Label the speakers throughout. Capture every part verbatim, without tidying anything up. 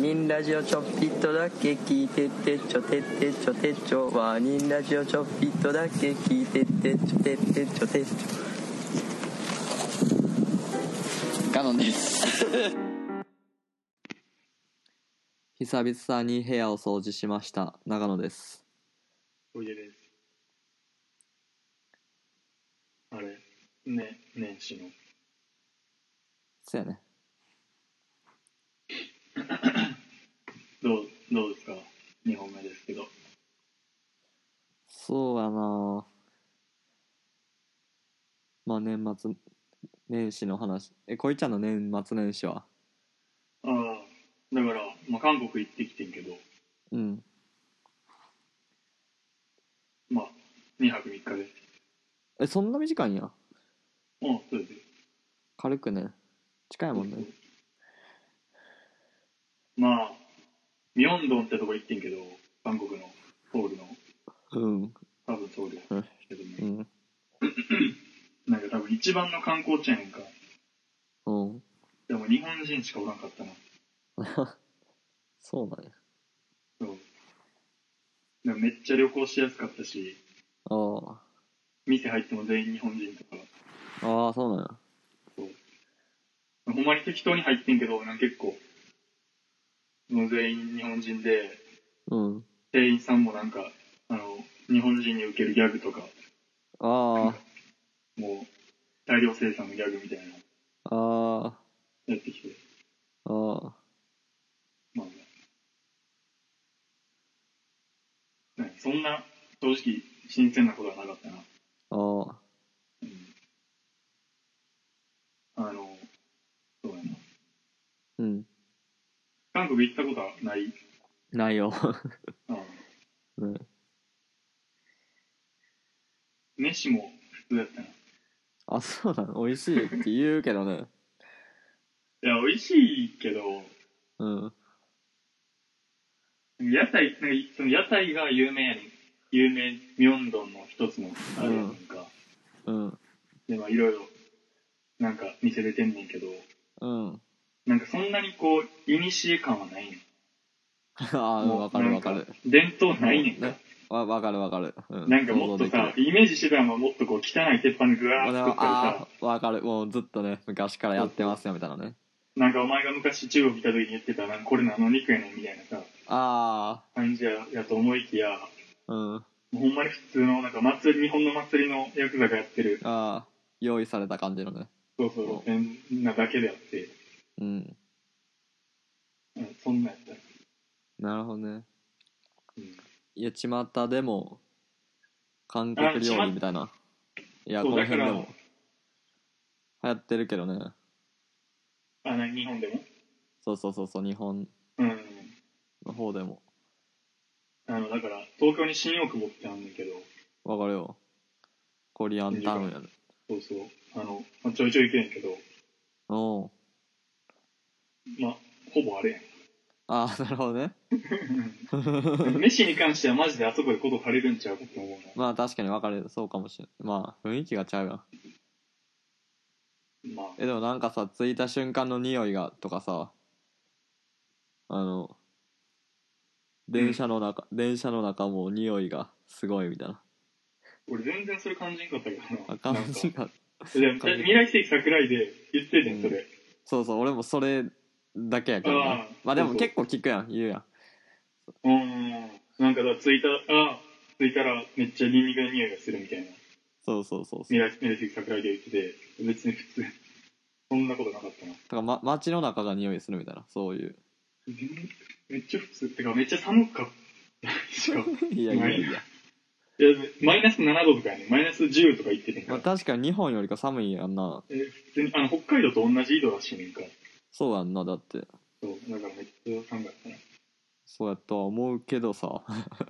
Speaker 1: ニンラジオちょっぴっとだけ聞いてってちょてってちょてちょワーニンラジオちょっぴっとだけ聞いてってちょてってちょてちょガノンです久々に部屋を掃除しました長野です。
Speaker 2: おいでです。あれね、年始の
Speaker 1: そうやね。
Speaker 2: どうどうですか、にほんめですけど。
Speaker 1: そうやな、まあ年末年始の話、えこいちゃんの年末年始は？
Speaker 2: ああ、だから、まあ、韓国行ってきてんけど、
Speaker 1: うん。
Speaker 2: まあにはくみっかで。
Speaker 1: えそんな短いんや。
Speaker 2: うん、そうですよ。
Speaker 1: 軽くね、近いもんね。
Speaker 2: そうそう、まあミョンドンってとこ行ってんけど、韓国のソウルの、
Speaker 1: うん
Speaker 2: 多分ソウルや
Speaker 1: うん
Speaker 2: けどね、
Speaker 1: うん。
Speaker 2: なんか多分一番の観光地やねんか。
Speaker 1: うん。
Speaker 2: でも日本人しかおらんかったな。
Speaker 1: そうなんや。
Speaker 2: そう、なんかめっちゃ旅行しやすかったし、
Speaker 1: あ
Speaker 2: 店入っても全員日本人とか。
Speaker 1: あああ、そうなんや。
Speaker 2: そう、ほんまに適当に入ってんけど、なんか結構もう全員日本人で、
Speaker 1: うん。
Speaker 2: 店員さんもなんか、あの、日本人に受けるギャグとか、なんか
Speaker 1: あ
Speaker 2: もう大量生産のギャグみたいなの
Speaker 1: ああ
Speaker 2: やってきて、
Speaker 1: あああ。
Speaker 2: まあね、ね、そんな正直新鮮なことはなかったな。
Speaker 1: ああ。
Speaker 2: うん。あの、そうやな。
Speaker 1: うん。
Speaker 2: 韓国行ったことはない。
Speaker 1: ないよ。
Speaker 2: あ、
Speaker 1: うん。
Speaker 2: 飯も普通やったな。
Speaker 1: あ、そうなの。美味しいって言うけどね。
Speaker 2: いや、美味しいけど、
Speaker 1: うん。
Speaker 2: 屋台、なんかその屋台が有名やねん。有名、ミョンドンの一つのあれやねんか。
Speaker 1: うん。
Speaker 2: で、まあいろいろ、なんか店出てんねんけど、
Speaker 1: うん。
Speaker 2: なんかそんなにこう、いにしえ感はないね
Speaker 1: ああ、
Speaker 2: ん。
Speaker 1: うん、
Speaker 2: もう、
Speaker 1: わか
Speaker 2: なんか、
Speaker 1: るわかる。
Speaker 2: 伝統ないねんか。
Speaker 1: もうね。わ、わかるわかる。うん。
Speaker 2: なんか
Speaker 1: 想
Speaker 2: もっとさ、
Speaker 1: 像できる。
Speaker 2: イメージしてたのはもっとこう、汚い鉄板でぐわ
Speaker 1: まあ、
Speaker 2: ー
Speaker 1: でも、
Speaker 2: 作ったりさ、
Speaker 1: ああ、わかる。もうずっとね、昔からや
Speaker 2: そうそう。
Speaker 1: ってますよ、みたいなね。
Speaker 2: なんかお前が昔中国来た時に言ってた、なんかこれ何の肉やねんみたいなさ、
Speaker 1: あ
Speaker 2: 感じや、やと思いきや、
Speaker 1: あ、うん。あ
Speaker 2: もうほんまに普通の、なんか祭り、日本の祭りのヤクザがやってる、
Speaker 1: あ、用意された感じのね。
Speaker 2: そうそう、
Speaker 1: も
Speaker 2: 路線なだけであって、
Speaker 1: う、うん。
Speaker 2: うん、そんなんやったら。
Speaker 1: なるほどね。
Speaker 2: うん。
Speaker 1: いや、巷でも、韓
Speaker 2: あ、
Speaker 1: 国料
Speaker 2: ちま、
Speaker 1: 理みたいな。いや、
Speaker 2: そう、
Speaker 1: この
Speaker 2: だから、
Speaker 1: 辺でも流行ってるけどね。
Speaker 2: あ、な、日本でも、
Speaker 1: そうそうそうそう、日本
Speaker 2: うん。
Speaker 1: の方でも。
Speaker 2: あの、だから、東京に新大久保ってあんねんけど、
Speaker 1: わかるよ。コリアン
Speaker 2: 新宿は、
Speaker 1: タウンやね。
Speaker 2: そうそう、あの、まあ、ちょいちょい行けんけど、
Speaker 1: おう。
Speaker 2: まあ、ほぼあれやん。
Speaker 1: ああ、なるほどね。
Speaker 2: 飯に関してはマジであそこでこと足りるんちゃうかと思うな。
Speaker 1: まあ確かに分かる。そうかもしれない。まあ雰囲気がちゃうやん。
Speaker 2: まあ、
Speaker 1: え、でもなんかさ、着いた瞬間の匂いがとかさ、あの、
Speaker 2: うん。
Speaker 1: 電車の中、電車の中も匂いがすごいみたいな。
Speaker 2: 俺全然それ感じんかったけど
Speaker 1: あ、
Speaker 2: な。なんか、
Speaker 1: 感じが、
Speaker 2: でも
Speaker 1: 感じか。
Speaker 2: 未来世紀桜井で言っててん、そ
Speaker 1: うん。
Speaker 2: れ。
Speaker 1: そうそう、俺もそれだけやけどね。
Speaker 2: ああ、
Speaker 1: まあで
Speaker 2: そうそう。
Speaker 1: も結構聞くやん、言うやん。
Speaker 2: うーん。なんかだ、着いた、ああ、着いたらめっちゃニンニクの匂いがするみたいな。
Speaker 1: そうそうそうそう。
Speaker 2: 未来、未来世紀桜井で言ってて、別に普通、そんなことなかったな。
Speaker 1: だから、ま、街の中が匂いするみたいな、そういう。
Speaker 2: 全然めっちゃ普通。てかめっちゃ寒かったしか
Speaker 1: いやい
Speaker 2: ないな。い
Speaker 1: やいや。
Speaker 2: や、マイナスななどとかやね。マイナスじゅうとか言っててんから。
Speaker 1: まあ確かに日本よりか寒いやんな。
Speaker 2: え、普通に、あの、北海道と同じ緯度らしいねんか。
Speaker 1: そうやんな、だって。
Speaker 2: そう、だからめっちゃ寒かったな。
Speaker 1: そうやとは思うけどさ。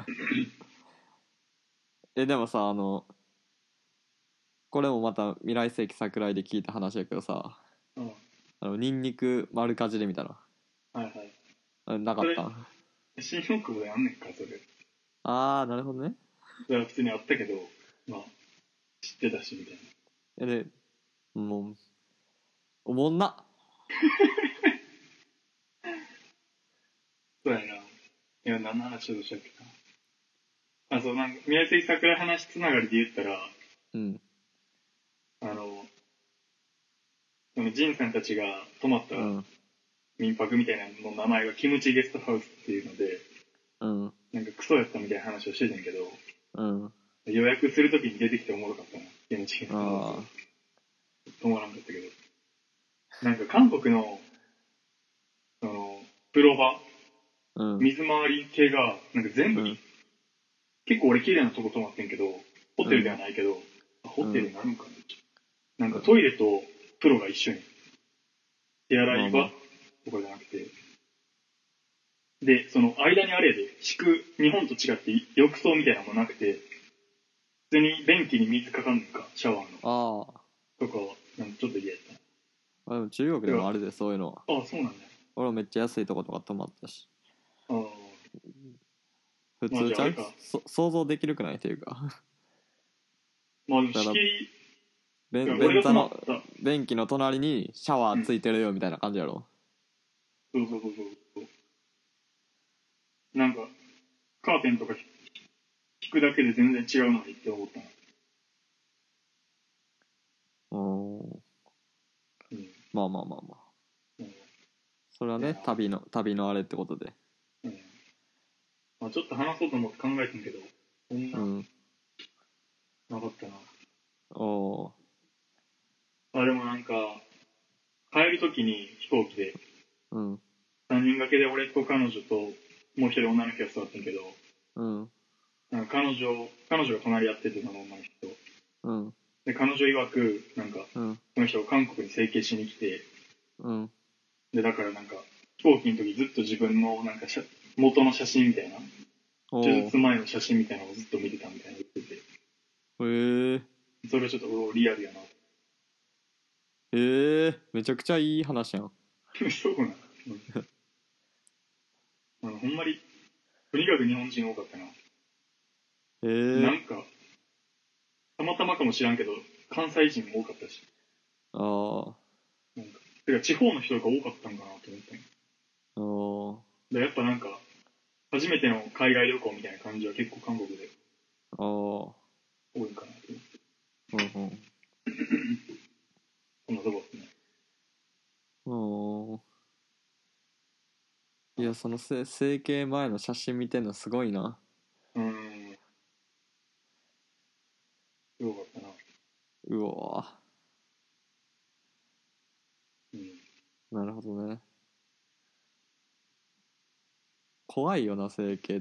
Speaker 1: え、でもさ、あの、これもまた未来世紀桜井で聞いた話やけどさ、
Speaker 2: うん。
Speaker 1: あの、ニンニク丸かじりみたいな。
Speaker 2: はいはい。
Speaker 1: あなか
Speaker 2: それ、
Speaker 1: ったん？
Speaker 2: 新大久保であんねんか、それ。だ
Speaker 1: あー、なるほどね。
Speaker 2: から普通にあったけど、まあ、知ってたし、みたいな。
Speaker 1: え、で、もう、おもんな。
Speaker 2: そうやな。いや、何の話をしたっけな。あ、そう、なんか、宮崎桜話つながりで言ったら、
Speaker 1: うん。
Speaker 2: あの、そのジンさんたちが泊まった
Speaker 1: うん。
Speaker 2: 民泊みたいなのの名前がキムチゲストハウスっていうので、
Speaker 1: うん。
Speaker 2: なんかクソやったみたいな話をしてたんやけど、
Speaker 1: うん。
Speaker 2: 予約するときに出てきておもろかったな。キムチゲストハ
Speaker 1: あ
Speaker 2: ウス。泊まらんかったけど。なんか韓国の、その、風呂場、
Speaker 1: あ。うん。
Speaker 2: 水回り系が、なんか全部、
Speaker 1: うん。
Speaker 2: 結構俺綺麗なとこ泊まってんけど、ホテルではないけど、あホテル
Speaker 1: うん。
Speaker 2: になるんかな。なん
Speaker 1: うん。
Speaker 2: かトイレと風呂が一緒に。手洗い場
Speaker 1: まあまあ。
Speaker 2: とかじゃなくて。で、その間にあれで、敷く、日本と違って浴槽みたいなのもなくて、普通に便器に水かかんのか、シャワーの。
Speaker 1: ああ。
Speaker 2: とかは、なんかちょっと嫌やっ
Speaker 1: あ、でも中国でもあるで、そういうのは。
Speaker 2: た。ああ、そうなんだよ。
Speaker 1: 俺もめっちゃ安いとことか泊まったし。
Speaker 2: ああ、
Speaker 1: 普
Speaker 2: まあ
Speaker 1: 通ちゃう
Speaker 2: じゃああれか。
Speaker 1: そ想像できるくないっていうか。
Speaker 2: まあでも
Speaker 1: だから
Speaker 2: 仕切り、いや
Speaker 1: 便、
Speaker 2: 俺が泊まっ
Speaker 1: 便座の、
Speaker 2: た。
Speaker 1: 便器の隣にシャワ
Speaker 2: うん。
Speaker 1: ーついてるよみたいな感じやろ。
Speaker 2: そうそうそうそう。なんか、カーテンとか引くだけで全然違うのにって思ったな。
Speaker 1: うーん。
Speaker 2: うん。
Speaker 1: まあまあまあまあ。
Speaker 2: うん。
Speaker 1: それはね、
Speaker 2: いやな。
Speaker 1: 旅の、旅のあれってことで。
Speaker 2: うん。まあちょっと話そうと思って考えてんけど、そんな、
Speaker 1: うん。
Speaker 2: なかったな。
Speaker 1: おー。
Speaker 2: あ、でもなんか、帰るときに飛行機で、
Speaker 1: うん。
Speaker 2: さんにん掛けで俺と彼女と、もう一人女の人が座ってんけど、
Speaker 1: うん。
Speaker 2: なんか彼女、彼女が隣り合ってて、その女の人と。
Speaker 1: うん。
Speaker 2: で、彼女曰く、なんか、
Speaker 1: うん。
Speaker 2: その人韓国に整形しに来て、
Speaker 1: うん。
Speaker 2: で、だからなんか、飛行機の時ずっと自分のなんかしゃ元の写真みたいな、手
Speaker 1: おー。
Speaker 2: 術前の写真みたいなのをずっと見てたみたいな言ってて、
Speaker 1: へえ。
Speaker 2: それはちょっとおリアルやな。
Speaker 1: へえ。めちゃくちゃいい話やん。
Speaker 2: そうなの、うん、あのほんまに、とにかく日本人多かったな。
Speaker 1: へえ。
Speaker 2: なんか、たまたまかもしらんけど、関西人も多かったし、
Speaker 1: ああ。
Speaker 2: なんか、てか地方の人が多かったんかなと思ったんよ。
Speaker 1: おー。
Speaker 2: で、やっぱなんか、初めての海外旅行みたいな感じは結構韓国で
Speaker 1: ああ。
Speaker 2: 多いかなと思って。
Speaker 1: うんうん。
Speaker 2: こんなとこですね。
Speaker 1: おー。いや、そのせ整形前の写真見てんのすごいな。
Speaker 2: うーん、よかったな。
Speaker 1: うわ
Speaker 2: うん。
Speaker 1: ー。なるほどね。怖いよな、整形って。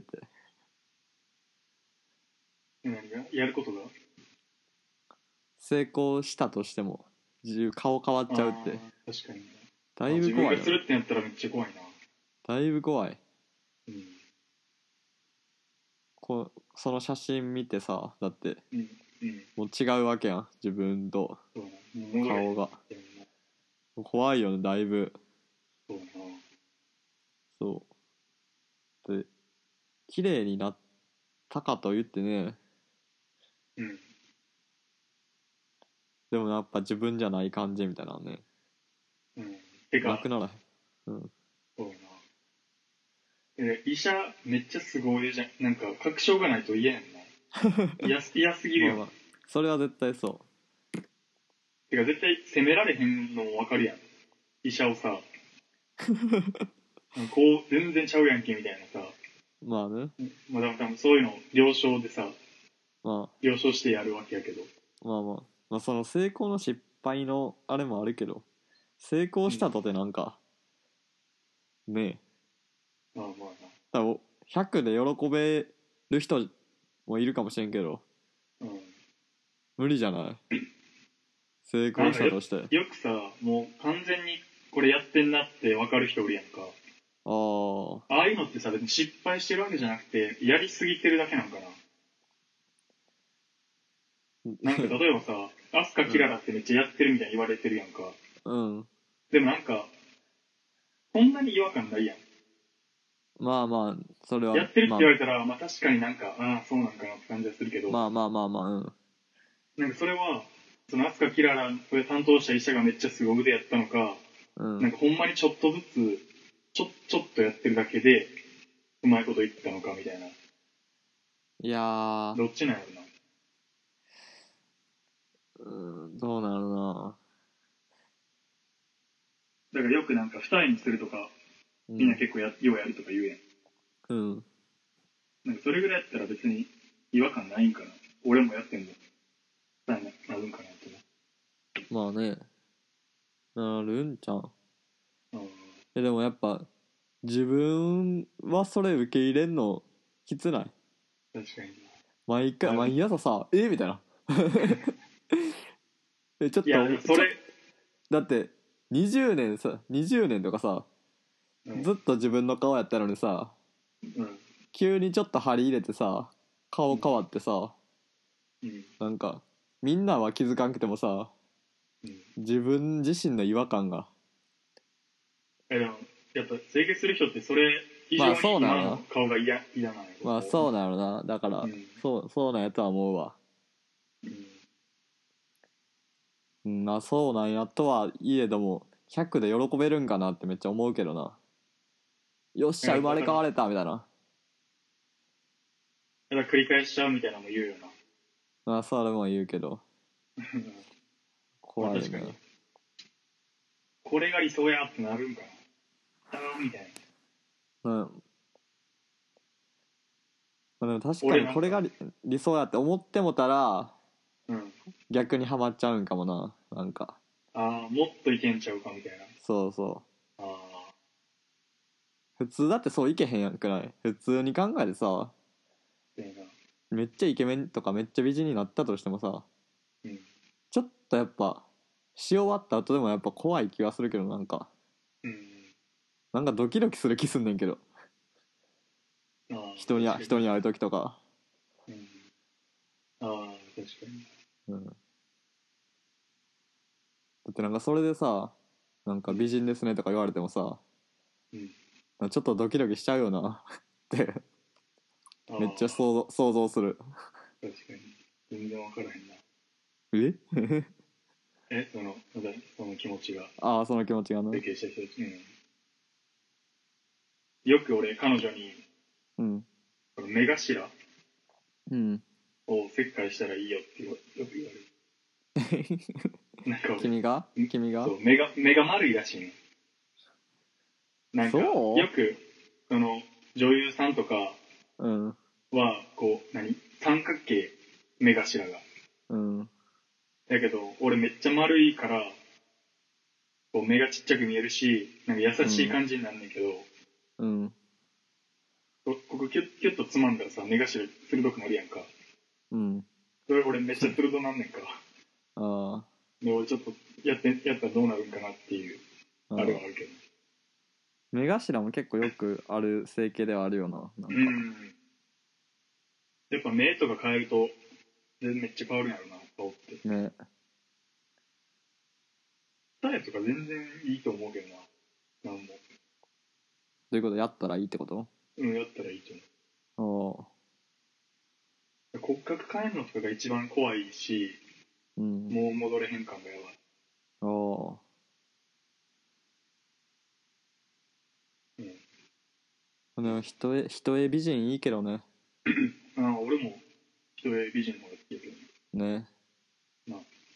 Speaker 2: 何がやることが
Speaker 1: 成功したとしても、自由顔変わっ
Speaker 2: あ
Speaker 1: ちゃうって。
Speaker 2: あ、確かにね。
Speaker 1: だいぶ
Speaker 2: あ自分
Speaker 1: 怖いよな。
Speaker 2: がするってなったらめっちゃ怖いな。
Speaker 1: だいぶ怖い。
Speaker 2: うん。
Speaker 1: こその写真見てさ、だって
Speaker 2: うん。うん。
Speaker 1: もう違うわけやん、自分と
Speaker 2: そうな。もう戻れへん。
Speaker 1: 顔が。
Speaker 2: でもな
Speaker 1: 怖いよね、だいぶ。
Speaker 2: そうな。
Speaker 1: そうで、綺麗になったかと言ってね、
Speaker 2: うん。
Speaker 1: でもやっぱ自分じゃない感じみたいなのね、
Speaker 2: うん。てか、
Speaker 1: なくならへん。うん。
Speaker 2: そうな。え、医者めっちゃすごいじゃん。なんか、確証がないと嫌やんな。嫌す、嫌すぎるよな。
Speaker 1: まあまあ、それは絶対そ
Speaker 2: てか、絶対責められへんのもわかるやん。医者をさ、こう、全然ちゃうやんけ、みたいなさ。
Speaker 1: う。まあね。
Speaker 2: まあ、多分そういうの了承でさ、
Speaker 1: まあ、
Speaker 2: 了承してやるわけやけど。
Speaker 1: まあまあ。まあその成功の失敗のあれもあるけど、成功したとてなんか、ねえ、
Speaker 2: まあまあ
Speaker 1: 多分ひゃくで喜べる人もいるかもしれんけど、
Speaker 2: な。うん。
Speaker 1: 無理じゃない？成功
Speaker 2: なんかよ、
Speaker 1: したとして。
Speaker 2: よくさ、もう完全にこれやってんなってわかる人おるやんか。
Speaker 1: ああ、
Speaker 2: ああいうのってさ、別に失敗してるわけじゃなくて、やりすぎてるだけなんかな。なんか例えばさ、アスカキララってめっちゃやってるみたいに言われてるやんか。
Speaker 1: うん。
Speaker 2: でもなんか、そんなに違和感ないやん。
Speaker 1: まあまあ、それは、
Speaker 2: やってるって
Speaker 1: まあ、
Speaker 2: 言われたら、まあ確かになんか、ああ、そうなんかなって感じはするけど、
Speaker 1: まあまあまあまあ、うん。
Speaker 2: なんかそれは、そのアスカキララを担当した医者がめっちゃすご腕やったのか、
Speaker 1: うん。
Speaker 2: なんかほんまにちょっとずつ、ちょ、ちょっとやってるだけで、 うまいこと言ってたのかみたいな。
Speaker 1: いやー、
Speaker 2: どっちなんやろな。
Speaker 1: うーん、どうなるな。
Speaker 2: だからよくなんか二重にするとか、
Speaker 1: うん、
Speaker 2: みんな結構や、ようやるとか言うやん。
Speaker 1: うん。
Speaker 2: なんかそれぐらいやったら別に違和感ないんかな。俺もやってんの。二重になるんかなって
Speaker 1: まあね、なるんちゃう。
Speaker 2: 思う。
Speaker 1: え、でもやっぱ、自分はそれ受け入れんのきつない？
Speaker 2: うん。確かに。
Speaker 1: 毎回、
Speaker 2: あ
Speaker 1: 毎朝さ、えみたいな。え、ちょっ
Speaker 2: いや、で
Speaker 1: と、ちょ、
Speaker 2: もそれ、
Speaker 1: だって、にじゅうねんさ、にじゅうねんとかさ、
Speaker 2: うん。
Speaker 1: ずっと自分の顔やったのにさ、
Speaker 2: うん。
Speaker 1: 急にちょっと張り入れてさ、顔変わってさ、
Speaker 2: うん。
Speaker 1: なんか、みんなは気づかんくてもさ、
Speaker 2: うん。
Speaker 1: 自分自身の違和感が。
Speaker 2: え、でも、やっぱ整形する人ってそれ以
Speaker 1: まあ
Speaker 2: 上に今
Speaker 1: そうなのな。
Speaker 2: の顔が嫌、嫌なんやろ。
Speaker 1: まあそうなのな。だから、
Speaker 2: うん。
Speaker 1: そう、そうなんやとは思うわ。
Speaker 2: うん。
Speaker 1: うん、まあそうなんやとはいえども、ひゃくで喜べるんかなってめっちゃ思うけどな。よっしゃ、
Speaker 2: え、
Speaker 1: 生ま
Speaker 2: だから、
Speaker 1: れ変われた、みたいな。
Speaker 2: だから繰り返しちゃうみたいなのも言うよな。
Speaker 1: まあそれも言うけど、
Speaker 2: まあ
Speaker 1: 怖いよね。
Speaker 2: 確かに。これが理想やってなるんかな。あーみたいな。
Speaker 1: うん。まあでも確か
Speaker 2: 俺なんか、
Speaker 1: にこれが理、理想やって思ってもたら、
Speaker 2: うん。
Speaker 1: 逆にハマっちゃうんかもな。なんか。
Speaker 2: ああ、もっといけんちゃうかみたいな。
Speaker 1: そうそう。
Speaker 2: ああ、
Speaker 1: 普通だってそういけへんやんくらい。普通に考えてさ、
Speaker 2: そうやな。
Speaker 1: めっちゃイケメンとかめっちゃ美人になったとしてもさ、
Speaker 2: うん。
Speaker 1: ちょっとやっぱ、し終わった後でもやっぱ怖い気はするけど、なんか、
Speaker 2: うん。
Speaker 1: なんかドキドキする気すんねんけど。
Speaker 2: ああ、
Speaker 1: 人に、
Speaker 2: 確かに。
Speaker 1: 人に会う時とか。
Speaker 2: うん。ああ、確かに。
Speaker 1: うん。だってなんかそれでさ、なんか美人ですねとか言われてもさ、
Speaker 2: うん。
Speaker 1: ちょっとドキドキしちゃうよなって
Speaker 2: ああ、
Speaker 1: めっちゃ想像、想像する。
Speaker 2: 確かに。全然わからへんな。
Speaker 1: え
Speaker 2: え、その、まだその気持ちが、
Speaker 1: ああ、その気持ちがな。
Speaker 2: 整形した人たち。うん。よく俺、彼女に、
Speaker 1: うん。
Speaker 2: この目頭
Speaker 1: うん。
Speaker 2: を切開したらいいよってよく言われる。なんか俺、
Speaker 1: 君が
Speaker 2: ん
Speaker 1: 君が
Speaker 2: そう、目が、目が丸いらしいね。なんか、よ
Speaker 1: そ
Speaker 2: く、その、女優さんとか
Speaker 1: ううん。
Speaker 2: は、こう、何三角形、目頭が。
Speaker 1: うん。
Speaker 2: だけど、俺めっちゃ丸いから、こう目がちっちゃく見えるし、なんか優しい感じになんねんけど、
Speaker 1: うん。
Speaker 2: こここキュッ、キュッとつまんだらさ、目頭鋭くなるやんか。
Speaker 1: うん。
Speaker 2: それ俺めっちゃ鋭なんねんか。
Speaker 1: あ
Speaker 2: で、俺ちょっとやって、やったらどうなるんかなっていう、
Speaker 1: あ。
Speaker 2: あれは
Speaker 1: ああ。
Speaker 2: あるけど。
Speaker 1: 目頭も結構よくある整形ではあるよな。なんか。
Speaker 2: うん。やっぱ目とか変えると、全然めっちゃ変わるんやろな、顔って。
Speaker 1: ね。
Speaker 2: 二重とか全然いいと思うけどな。なんも。
Speaker 1: どういうことやったらいいってこと？
Speaker 2: うん、やったらいいと思
Speaker 1: ああ。
Speaker 2: う。骨格変えるのとかが一番怖いし、
Speaker 1: うん。
Speaker 2: もう戻れへん感がやばい。
Speaker 1: ああ。
Speaker 2: うん。
Speaker 1: でも人へ、人へ美人いいけどね。
Speaker 2: ああ、俺も人へ美人の方が好きやけどね。
Speaker 1: ね。
Speaker 2: ま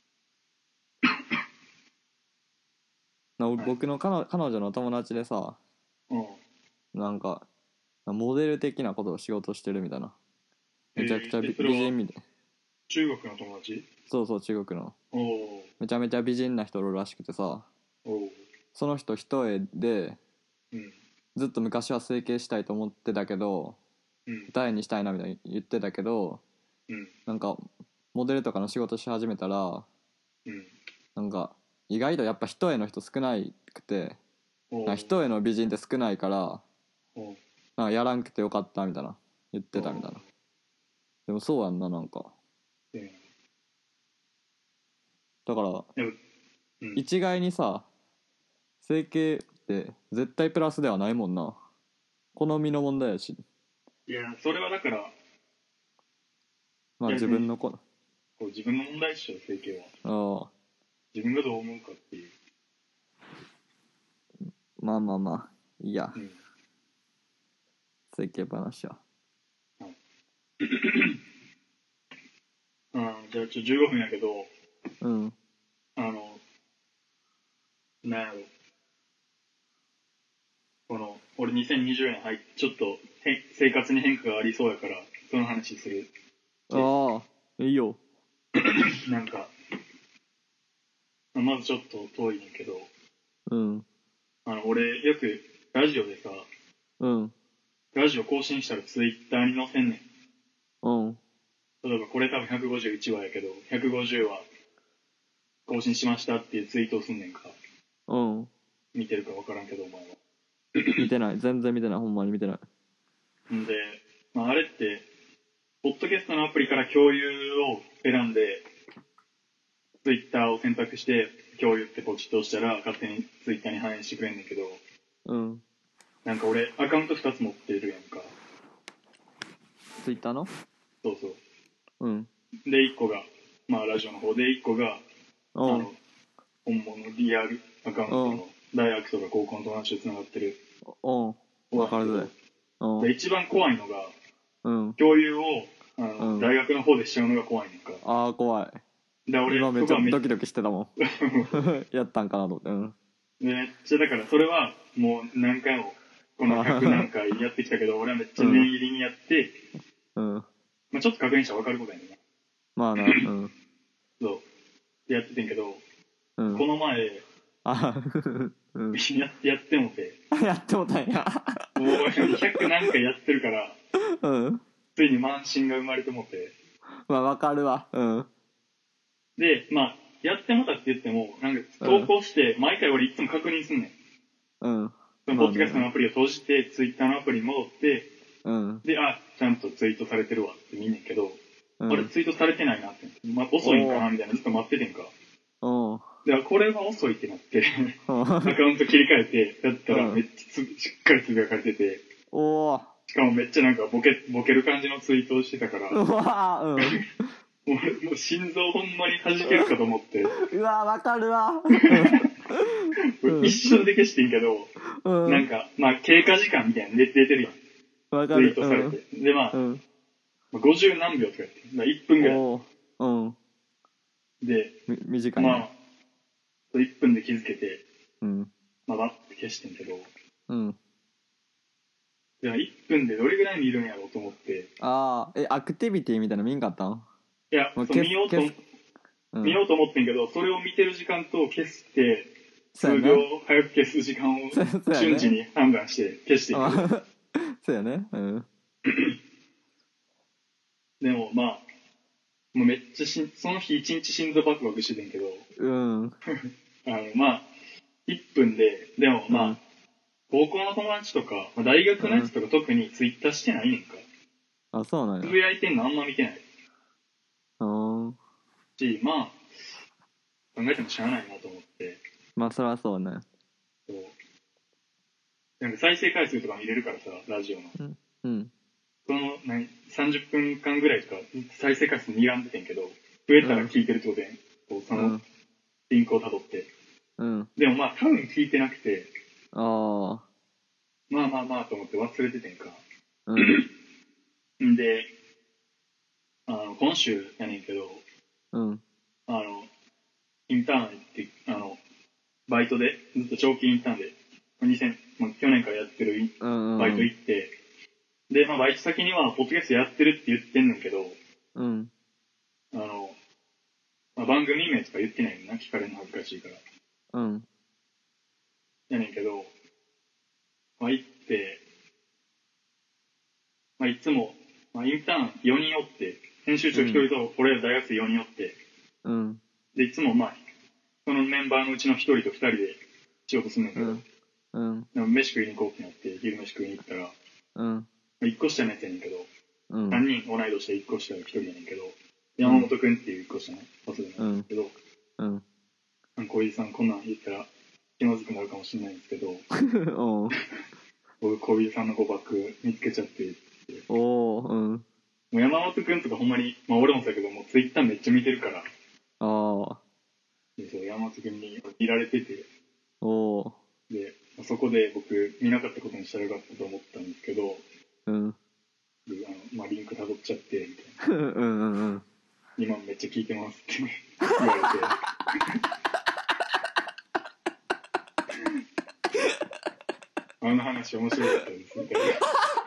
Speaker 1: な
Speaker 2: あ、はい。
Speaker 1: 僕の彼女彼女の友達でさ、
Speaker 2: うん。
Speaker 1: なんか、モデル的なことを仕事してるみたいな。
Speaker 2: え
Speaker 1: めちゃくちゃ
Speaker 2: ー、え、
Speaker 1: 美
Speaker 2: それは
Speaker 1: 美人みたい。
Speaker 2: 中国の友達？
Speaker 1: そうそう、中国の。
Speaker 2: おお
Speaker 1: めちゃめちゃ美人な人おるらしくてさ、
Speaker 2: おお。
Speaker 1: その人一重で、
Speaker 2: うん。
Speaker 1: ずっと昔は整形したいと思ってたけど、
Speaker 2: うん。
Speaker 1: 二重にしたいなみたいに言ってたけど、
Speaker 2: うん。
Speaker 1: なんか、モデルとかの仕事し始めたら、
Speaker 2: うん。
Speaker 1: なんか、意外とやっぱ一重の人少ないくて、
Speaker 2: おお。
Speaker 1: なんか一重の美人って少ないから、
Speaker 2: おお。
Speaker 1: なんかやらんくてよかったみたいな言ってたみたいな。でもそうやんな、なんか。
Speaker 2: うん。
Speaker 1: だから
Speaker 2: でも、うん。
Speaker 1: 一概にさ、整形って絶対プラスではないもんな。好みの問題やし。
Speaker 2: いや、それはだから、
Speaker 1: まあ自
Speaker 2: 逆に、
Speaker 1: 分のこ
Speaker 2: こう自分の問題っしょ、整形は。
Speaker 1: ああ、
Speaker 2: 自分がどう思うかっていう。
Speaker 1: まあまあまあいいや。
Speaker 2: うん。
Speaker 1: 世間話は。
Speaker 2: うん、じゃあちょじゅうごふんやけど、
Speaker 1: うん。
Speaker 2: あの、なんやろ。この、俺にせんにじゅうねん入って、ちょっとへ生活に変化がありそうやから、その話する。
Speaker 1: ああ、いいよ。
Speaker 2: なんか、まずちょっと遠いねんけど、
Speaker 1: うん。
Speaker 2: あの、俺、よく、ラジオでさ、
Speaker 1: うん。
Speaker 2: ラジオ更新したらツイッターに載せんねん。
Speaker 1: うん。
Speaker 2: 例えばこれ多分ひゃくごじゅういちわやけど、ひゃくごじゅうわ更新しましたっていうツイートをすんねんか。
Speaker 1: うん。
Speaker 2: 見てるか分からんけど、お前は。
Speaker 1: 見てない。全然見てない。ほんまに見てない。
Speaker 2: んで、まあ、あれって、ポッドキャストのアプリから共有を選んで、ツイッターを選択して共有ってポチッと押したら勝手にツイッターに反映してくれんねんけど、
Speaker 1: うん。
Speaker 2: なんか俺アカウントふたつ持ってるやんか。
Speaker 1: ツイッターの
Speaker 2: そうそう。
Speaker 1: うん。
Speaker 2: で、いっこが、まあラジオの方で、いっこが、あ
Speaker 1: うん。
Speaker 2: の、本物リアルアカウントの大学とか高校の友達と繋がってる。
Speaker 1: うん。わかるぜ。うん。
Speaker 2: で、一番怖いのが、
Speaker 1: うん。
Speaker 2: 共有をあの、
Speaker 1: うん、
Speaker 2: 大学の方でしちゃうのが怖いねんか。
Speaker 1: ああ、怖い。
Speaker 2: で、俺、
Speaker 1: 今めっちゃドキドキしてたもん。やったんかなと思って。うん。
Speaker 2: めっちゃ、だからそれは、もう何回も、このひゃく何回やってきたけど、俺はめっちゃ念入りにやって、
Speaker 1: うん。
Speaker 2: まあちょっと確認したら分かることやねんな。
Speaker 1: まあな、うん。
Speaker 2: そう。やっててんけど、
Speaker 1: うん、
Speaker 2: この前、
Speaker 1: あうん、
Speaker 2: やってやってもて。
Speaker 1: やってもたんや。
Speaker 2: もうひゃく何回やってるから、
Speaker 1: うん。
Speaker 2: ついに慢心が生まれてもて。
Speaker 1: まあわかるわ。うん。
Speaker 2: で、まあ、やってもたって言っても、なんか投稿して、毎回俺いつも確認すんねん。
Speaker 1: うん。
Speaker 2: そのポッドキャストのアプリを閉じて、ツイッターのアプリに戻って、
Speaker 1: うん。
Speaker 2: で、あ、ちゃんとツイートされてるわって見んねんけど、
Speaker 1: うん、
Speaker 2: あれツイートされてないなって、まあ、遅いんかなみたいなずっと待っててんか。
Speaker 1: うん。
Speaker 2: で、これは遅いってなってアカウント切り替えて、やったらめっちゃつ、しっかりつぶやかれてて、
Speaker 1: おー。
Speaker 2: しかもめっちゃなんかボケ、ボケる感じのツイートをしてたから、
Speaker 1: うわー、
Speaker 2: うん。俺もう心臓ほんまに弾けるかと思って。
Speaker 1: うわー、わかるわ。
Speaker 2: 一瞬で消してんけど、うん、なんか、まあ経過時間みたいなの出てるやん。
Speaker 1: わかる。
Speaker 2: ツイートされて。うん、で、まあ、
Speaker 1: うん、
Speaker 2: ごじゅう何秒とかやって、まあ、いっぷんぐらい。
Speaker 1: うん。
Speaker 2: で、
Speaker 1: 短いね。
Speaker 2: まあ、いっぷんで気づけて、
Speaker 1: うん。
Speaker 2: まあ、バッて消してんけど、
Speaker 1: うん。
Speaker 2: じゃあいっぷんでどれぐらい見るんやろうと思って。
Speaker 1: ああ、え、アクティビティみたいなの見んかったん？
Speaker 2: いや、そう見ようと、うん、見ようと思ってんけど、それを見てる時間と消して、数秒早く消す時間を瞬時に判断して消していく。
Speaker 1: そうやね。うん。
Speaker 2: でもまあ、もうめっちゃしその日一日心臓バクバクしててんけど、
Speaker 1: うん。
Speaker 2: あのまあ、いっぷんで、でもまあ、うん、高校の友達とか、大学のやつとか特にツイッターしてないねんか。
Speaker 1: あ、そうなんや。
Speaker 2: つぶやいてんのあんま見てない。
Speaker 1: うん。
Speaker 2: し、まあ、考えてもしゃあないなと思って。
Speaker 1: まあ、そりゃそうね。
Speaker 2: そう。なんか再生回数とか見れるからさ、ラジオの。
Speaker 1: うん。うん、
Speaker 2: その、何、さんじゅっぷんかんぐらいとか、再生回数睨んでてんけど、増えたら聞いてるってことで、こう、その、リンクを辿って。
Speaker 1: うん。
Speaker 2: でもまあ、多分聞いてなくて、
Speaker 1: ああ。
Speaker 2: まあまあまあと思って忘れててんか。
Speaker 1: うん。
Speaker 2: んで、あの、今週やねんけど、
Speaker 1: うん。
Speaker 2: あの、インターン行って、あの、バイトで、ずっと長期インターンで、にせん、まあ、去年からやってるバイト行って、うんうん、で、まあ、バイト先には、ポッドキャストやってるって言ってんねんけど、
Speaker 1: うん。
Speaker 2: あの、まあ、番組名とか言ってないんな、聞かれるの恥ずかしいから。
Speaker 1: うん。
Speaker 2: やねんけど、まあ、行って、まあ、いつも、まあ、インターンよにんおって、編集長ひとりと、俺ら大学生よにんおって、
Speaker 1: うん。で、
Speaker 2: いつもまあ、そのメンバーのうちのひとりとふたりで仕事すんねんけど、
Speaker 1: うん。
Speaker 2: でも飯食いに行こうってなって、昼飯食いに行ったら、
Speaker 1: うん。
Speaker 2: いっこ下のやつやねんけど、
Speaker 1: うん、
Speaker 2: さんにん同い年でいっこ下がひとりやねんけど、山本くんっていういっこ下のパスでなんですけど、
Speaker 1: うん。
Speaker 2: うん、小井さんこんなん言ったら気まずくなるかもしれないんですけど、僕小井さんの誤爆見つけちゃって、
Speaker 1: おー、うん。
Speaker 2: もう山本くんとかほんまに、まあ俺もそうやけど、もうツイッターめっちゃ見てるから、
Speaker 1: あ
Speaker 2: でそう山本くんに見られてて、
Speaker 1: おー。
Speaker 2: で、そこで僕見なかったことにしたらよかったと思ったんですけど、
Speaker 1: うん。
Speaker 2: あの、まあ、リンク辿っちゃって、みたいな。
Speaker 1: うんうんうん。
Speaker 2: 今めっちゃ聞いてますって言われて。あの話面白かったです、みたいな。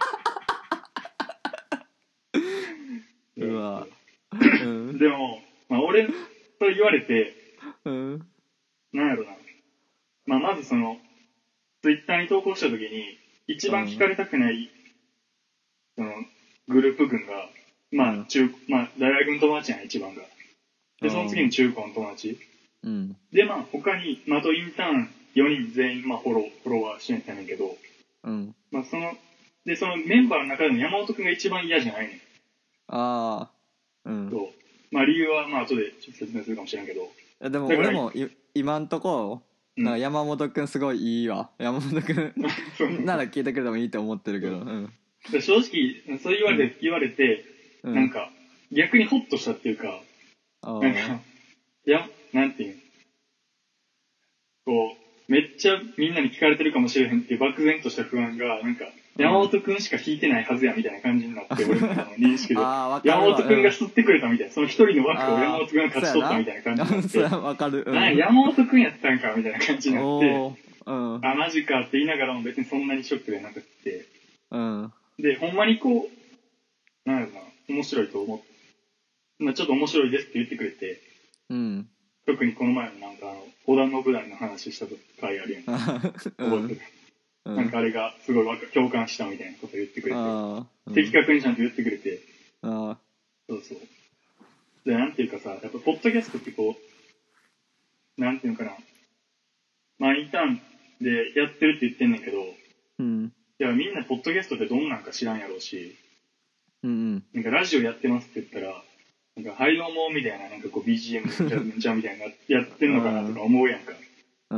Speaker 1: うわ。うん。
Speaker 2: でも、まあ、俺、それ言われて、
Speaker 1: うん。
Speaker 2: なんやろな。まあ、まずその、ツイッターに投稿したときに、一番聞かれたくない、その、グループ群が、まあ、中、まあ、大学の友達やん、一番が。で、その次に中高の友達。
Speaker 1: うん。
Speaker 2: で、まあ、他に、まあ、あとインターンよにん全員、まあ、フォロー、フォロワーしてんやねんけど、
Speaker 1: うん。
Speaker 2: まあ、その、で、そのメンバーの中でも山本くんが一番嫌じゃないねん。
Speaker 1: ああ。うん。
Speaker 2: そう。まあ、理由は、まあ、後でちょっと説明するかもしれんけど。
Speaker 1: でも
Speaker 2: だから
Speaker 1: 俺もい今んとこ、
Speaker 2: うん、
Speaker 1: なんか山本くんすごいいいわ。山本くんなら聞いてくれてもいいと思ってるけど。うん。
Speaker 2: で正直、そう言われて、言われて、
Speaker 1: うん。
Speaker 2: なんか、逆にホッとしたっていうか、
Speaker 1: あ
Speaker 2: なんか、いや、なんていうの、こう、めっちゃみんなに聞かれてるかもしれへんっていう漠然とした不安が、なんか、山本くんしか聞いてないはずやみたいな感じになって、俺の認識で。山本くんが吸ってくれたみたいな、その一人の枠を山本くんが勝ち取ったみたいな感じになって、
Speaker 1: そうやわかる。うん、
Speaker 2: なん山本くんやったんかみたいな感じになって、
Speaker 1: うん、
Speaker 2: あ、マジかって言いながらも別にそんなにショックでなくって、
Speaker 1: うん、
Speaker 2: で、ほんまにこう、なんやろな、面白いと思って、まあ、ちょっと面白いですって言ってくれて、
Speaker 1: うん、
Speaker 2: 特にこの前のなんかあの、織田信成の話した回あるやんか。覚えてる、うん、なんかあれがすごい共感したみたいなこと言ってくれて、うん、的確にちゃんと言ってくれて、あそうそう。で、なんていうかさ、やっぱポッドキャストってこう、なんていうのかな、まあインターンでやってるって言ってんねんけど、うん、いやみんなポッドキャストってどんなんか知らんやろうし、うんうん、なんかラジオやってますって言ったら、なんか、はいどうもみたいな、なんかこう ビージーエム じゃんみたいなやってんのかなとか思うやんか。うん。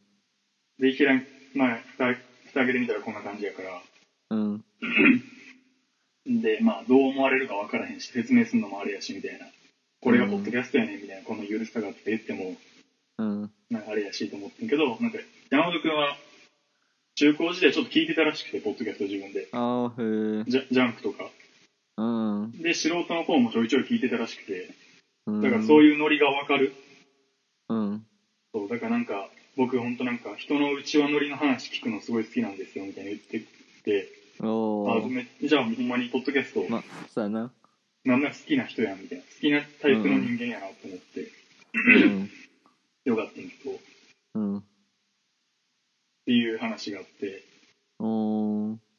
Speaker 2: で、いきなり、まあ、ふた、ふた開けてみたらこんな感じやから。うん。で、まあ、どう思われるか分からへんし、説明するのもあれやし、みたいな。これがポッドキャストやねん、みたいな、この許しさがって言っても、うん。なんかあれやしと思ってんけど、なんか、山本くんは、中高時代ちょっと聞いてたらしくて、ポッドキャスト自分で。ああ、へえ。ジャ、ジャンクとか。うん。で、素人の方もちょいちょい聞いてたらしくて、だからそういうノリがわかる。うん。そう、だからなんか、僕ほんとなんか、人の内輪ノリの話聞くのすごい好きなんですよ、みたいな言ってて、おあめじゃあほんまにポッドキャスト、ま、そうやな。なんなら好きな人やん、みたいな。好きなタイプの人間やなと思って、うん、よかったんですけど、うん。っていう話があって、おー。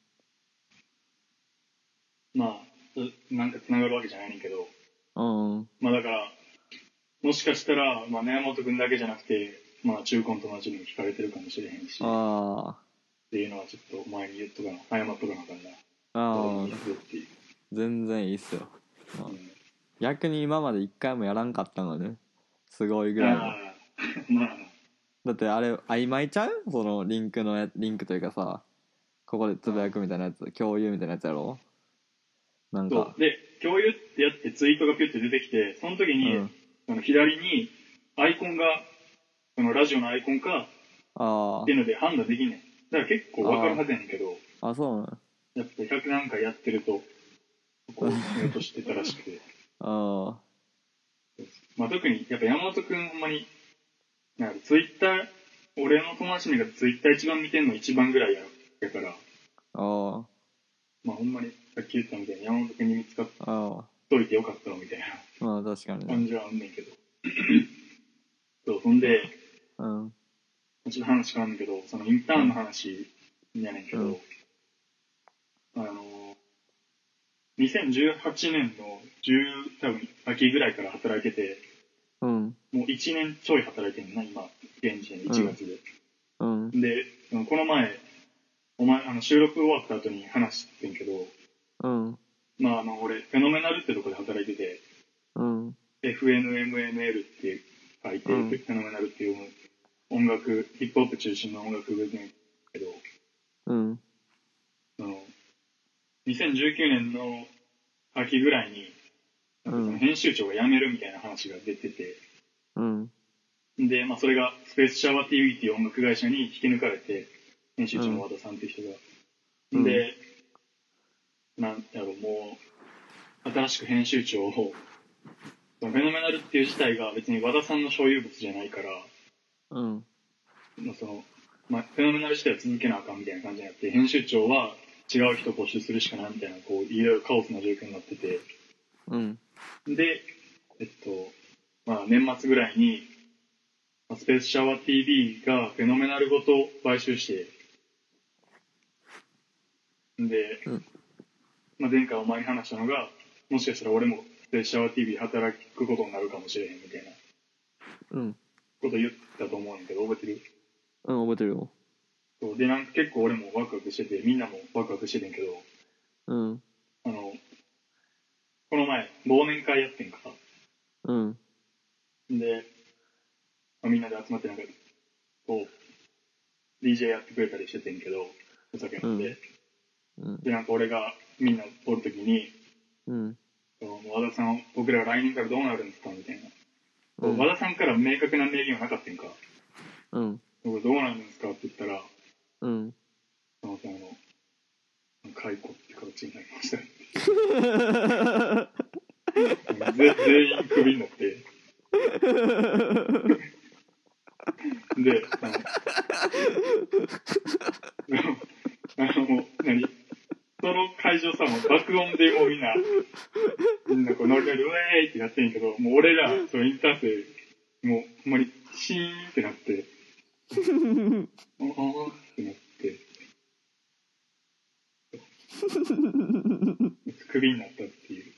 Speaker 2: まあ、なんか繋がるわけじゃないねんけど、うん。まあだから、もしかしたら、まあ、根本くんだけじゃなくて、まあ、中高の友達にも聞かれてるかもしれへんし、ああ。っていうのはちょっと前に言っとかな、謝っとかなあかんな。ああ。全然いいっすよ。まあうん、逆に今まで一回もやらんかったのね。すごいぐらいの。あまあ、だってあれ、曖昧ちゃうそのリンクのや、リンクというかさ、ここでつぶやくみたいなやつ、共有みたいなやつやろなんか。そう。で、共有ってやってツイートがピュッて出てきて、その時に、うん、その左にアイコンが、そのラジオのアイコンか、あっていうので判断できんねん。だから結構わかるはずやねんけど、あ、そうなのやっぱひゃくなんかやってると、こう見落としてたらしくて。ああ。まあ特に、やっぱ山本くんほんまに、なんかツイッター、俺の友達の中でツイッター一番見てんの一番ぐらいややから、ああ。まあほんまにさっき言ったみたいに山本くんに見つかっといてよかったのみたいな。まあ確かに、ね、感じはあんねんけど。そう、そんで、うん。ちょっと話変わんねんけど、そのインターンの話やねんけど、うん、あの、にせんじゅうはちねんのじゅう、多分秋ぐらいから働いてて、うん。もういちねんちょい働いてんのな、今、現時点でいちがつで。うん。で、この前、お前、あの、収録終わった後に話してんけど、うん。まあ、あの、俺、フェノメナルってとこで働いてて、うん。エフエヌエムエヌエル って書いて、うん、フェノメナルっていう音楽、ヒップホップ中心の音楽グループなんけど、うん。その、にせんじゅうきゅうねんの秋ぐらいに、なんかその編集長が辞めるみたいな話が出てて、うん。で、まあそれがスペースシャワー ティーブイ っていう音楽会社に引き抜かれて、編集長の和田さんっていう人が。うん、で、 もう新しく編集長を、そのフェノメナルっていう自体が別に和田さんの所有物じゃないから、
Speaker 1: うん。
Speaker 2: まあそのまあ、フェノメナル自体は続けなあかんみたいな感じになって、編集長は違う人を募集するしかないみたいな、こういろいろカオスな状況になってて、
Speaker 1: うん。
Speaker 2: で、えっとまあ、年末ぐらいにスペースシャワー ティーブイ がフェノメナルごと買収して、で、
Speaker 1: うん、
Speaker 2: まあ、前回お前に話したのが、もしかしたら俺もスペースシャワー ティーブイ 働くことになるかもしれへんみたいなこと言ったと思うんだけど、覚えてる？
Speaker 1: うん、覚えてるよ。
Speaker 2: そうで、なんか結構俺もワクワクしてて、みんなもワクワクしててんけど、
Speaker 1: うん。
Speaker 2: あの、この前、忘年会やってんか。
Speaker 1: うん。
Speaker 2: で、まあ、みんなで集まってなんか、こう、ディージェー やってくれたりしててんけど、お酒飲んで。
Speaker 1: うん。
Speaker 2: で、なんか俺がみんなおるときに、
Speaker 1: うん。
Speaker 2: もう和田さん、僕ら来年からどうなるんですかみたいな。
Speaker 1: うん、
Speaker 2: 和田さんから明確な明言はなかったんか。
Speaker 1: うん。
Speaker 2: 僕どうなるんですかって言ったら、
Speaker 1: うん。
Speaker 2: そのさんの、解雇って形になりました。ぜ全員クビになって。で、あの、あのもう、何その会場さ、もう爆音でもうみんな、みんなこうノリノリ、ウェーイってやってんけど、もう俺ら、そのインター生、もうほんまにシーンってなって、あーってなって、クビになったっていう。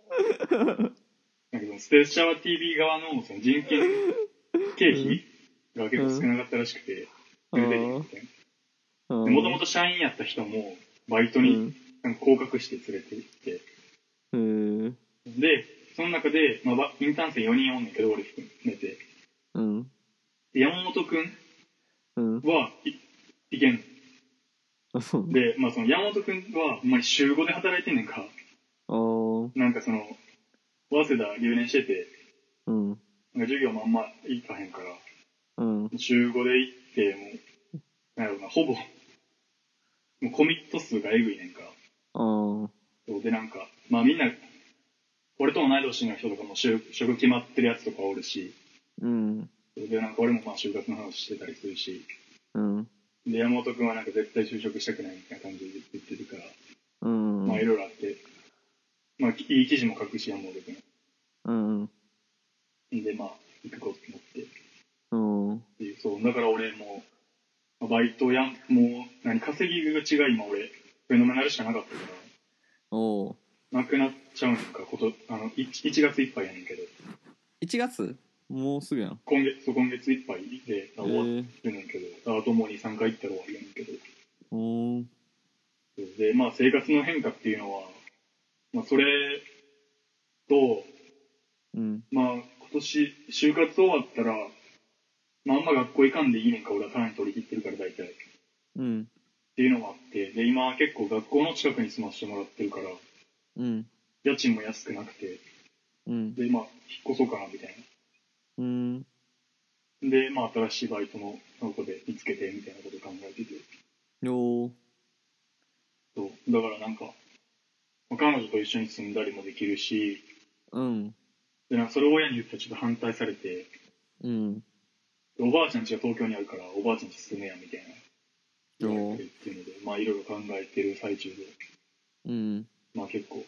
Speaker 2: なんかそのスペースシャワー ティーブイ 側のその人件経費が結構少なかったらしくて、フルデリみたいな。もともと社員やった人もバイトになんか降格して連れて行って、
Speaker 1: うん、
Speaker 2: で、その中で、まあ、インターン生よにんおんねんけど、俺含めて。
Speaker 1: うん、
Speaker 2: で山本くん
Speaker 1: うん、
Speaker 2: はいいけんの。
Speaker 1: あ、そう。
Speaker 2: で、まあその山本くんはほんまに週ごで働いてんねんか。
Speaker 1: あー、
Speaker 2: なんかその、早稲田留年してて、
Speaker 1: うん、
Speaker 2: なんか授業もあんま行かへんから、
Speaker 1: うん、
Speaker 2: 週ごで行って、もう、なんやろな、ほぼ、もうコミット数がえぐいねんか。
Speaker 1: あー、
Speaker 2: そうで、なんか、まあみんな、俺と同い年の人とかも就職決まってるやつとかおるし、
Speaker 1: うん、
Speaker 2: で、なんか俺もまあ就活の話してたりするし、
Speaker 1: うん、
Speaker 2: で、山本くんはなんか絶対就職したくないみたいな感じで言ってるから、
Speaker 1: うん、
Speaker 2: まあいろいろあって、まあいい記事も書くし、山本くん。
Speaker 1: うん、
Speaker 2: で、まあ、行くことになって。
Speaker 1: うん、
Speaker 2: っていうそう、だから俺もう、バイトやん、もう、何、稼ぎが違い、今俺、フェノメナルしかなかったから、
Speaker 1: おー、
Speaker 2: なくなっちゃうんか、こと、あの、いち, いちがついっぱいやねんけど、
Speaker 1: いちがつもうすぐやん。
Speaker 2: 今月、そう今月いっぱいで終わ
Speaker 1: え
Speaker 2: るねんけど、あともうに、さんかい行ったら終わりやねんけど、
Speaker 1: ー、おー、
Speaker 2: そうで、まあ生活の変化っていうのは、まあそれと、
Speaker 1: うん、
Speaker 2: まあ今年、就活終わったら、まああんま学校行かんでいいねんか、俺は単位取り切ってるから大体。
Speaker 1: うん、
Speaker 2: っていうのもあって、で、今結構学校の近くに住ませてもらってるから、
Speaker 1: うん、
Speaker 2: 家賃も安くなくて、
Speaker 1: うん、
Speaker 2: で、まあ、引っ越そうかなみたい
Speaker 1: うん、
Speaker 2: な。で、まあ、新しいバイトのとこで見つけてみたいなこと考えてて。
Speaker 1: よー、
Speaker 2: そう。だからなんか、まあ彼女と一緒に住んだりもできるし、
Speaker 1: うん、
Speaker 2: で、なんかそれを親に言ったらちょっと反対されて、
Speaker 1: うん、
Speaker 2: でおばあちゃん家が東京にあるから、おばあちゃん家住めやみたいな言われ
Speaker 1: よー、
Speaker 2: てるっていうので、まあ、いろいろ考えてる最中で、
Speaker 1: うん、
Speaker 2: まあ結構、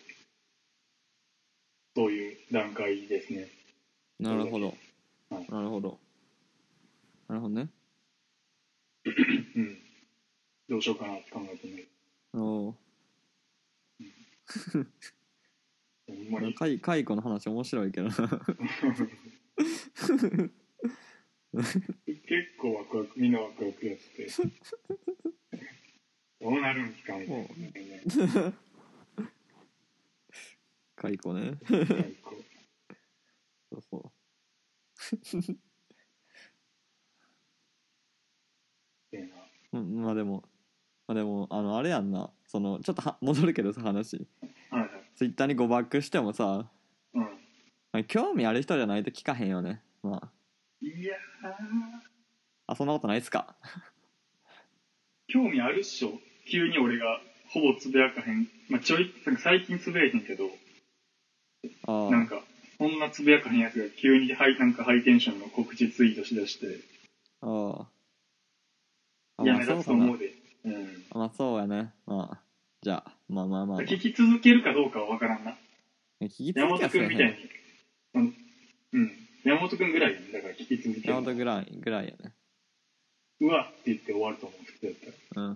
Speaker 2: そういう段階ですね。
Speaker 1: なるほど、
Speaker 2: はい。
Speaker 1: なるほど。なるほどね。
Speaker 2: うん。どうしようかなって考えてみる。
Speaker 1: おー。
Speaker 2: ほんまに。
Speaker 1: かい解雇の話面白いけどな。
Speaker 2: 結構ワクワク、みんなワクワクやって、どうなるんすかみたいな、ね。
Speaker 1: 解雇ね。
Speaker 2: 最高。
Speaker 1: そうそう。
Speaker 2: ええな。
Speaker 1: うん、まあでも、まあでも、あの、あれやんな。その、ちょっとは戻るけどさ、話。
Speaker 2: はいはい。
Speaker 1: ツイッターに誤バックしてもさ、
Speaker 2: うん。
Speaker 1: まあ興味ある人じゃないと聞かへんよね。ま
Speaker 2: いやー、
Speaker 1: あ、あ、そんなことないっすか。
Speaker 2: 興味あるっしょ。急に俺がほぼつぶやかへん。まあ、ちょい、なんか最近つぶやいてんけど、
Speaker 3: あ
Speaker 2: なんか、そんなつぶやかへんやつが急にハイ、なんかハイテンションの告知ツイートしだして、
Speaker 3: あ。ああ。
Speaker 2: やめた
Speaker 3: まあそうかな。
Speaker 2: と思うで。うん。
Speaker 3: まあそうやね。まあ、じゃあ、まあまあまあ、まあ。
Speaker 2: 聞き続けるかどうかはわからんな。
Speaker 3: 聞き
Speaker 2: 山
Speaker 3: 続けはせえへん。
Speaker 2: 本くんみたいに。うん。うん。山本くんぐらいやね。だから聞き続ける。
Speaker 3: 山本ぐらい、ぐらいやね。
Speaker 2: うわって言って終わると思う、普通やったら。
Speaker 3: うん。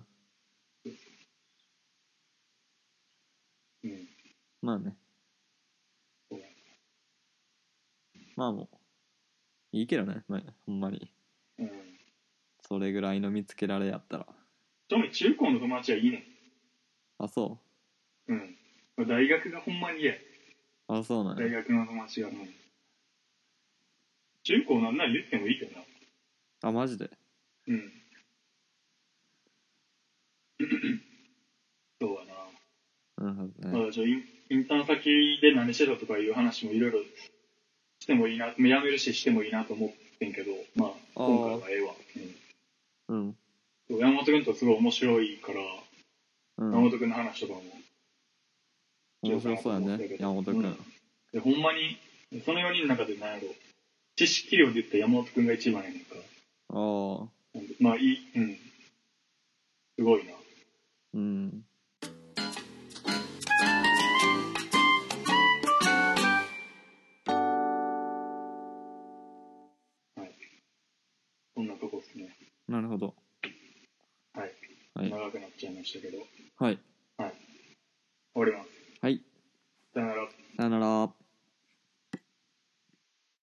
Speaker 2: うん。
Speaker 3: まあね。
Speaker 2: そうや。
Speaker 3: まあもう、いいけどね。まあ、ほんまに。
Speaker 2: うん。
Speaker 3: それぐらいの見つけられやったら。
Speaker 2: 特に中高の友達はいいね。
Speaker 3: あ、そ
Speaker 2: うん。大学がほんまに嫌や。
Speaker 3: う。あ、そうなん
Speaker 2: 大
Speaker 3: や。
Speaker 2: 学の友達が。うん。中高なんなら言ってもいいけどな。
Speaker 3: あ、マジで。
Speaker 2: うん。そうやな。
Speaker 3: なるほどね。
Speaker 2: まあ、じゃあイン、インターン先で何してたとかいう話もいろいろしてもいいな、やめるししてもいいなと思ってんけど、まあ、
Speaker 3: あー
Speaker 2: 今回はええわ。うん。
Speaker 3: うん。
Speaker 2: そう山本君とすごい面白いから、
Speaker 3: うん。
Speaker 2: 山本君の話とかも
Speaker 3: 面白そうやね、山本くん。
Speaker 2: うん、でほんまに、そのよにんの中で何やろ、知識量で言ったら山本君が一番やねんか。
Speaker 3: ああ。
Speaker 2: まあいい、うん。すごいな。
Speaker 3: うん。
Speaker 2: はい。こんなとこっすね。
Speaker 3: なるほど。
Speaker 2: はい。
Speaker 3: はい。
Speaker 2: 長くなっちゃいましたけど。
Speaker 3: はい。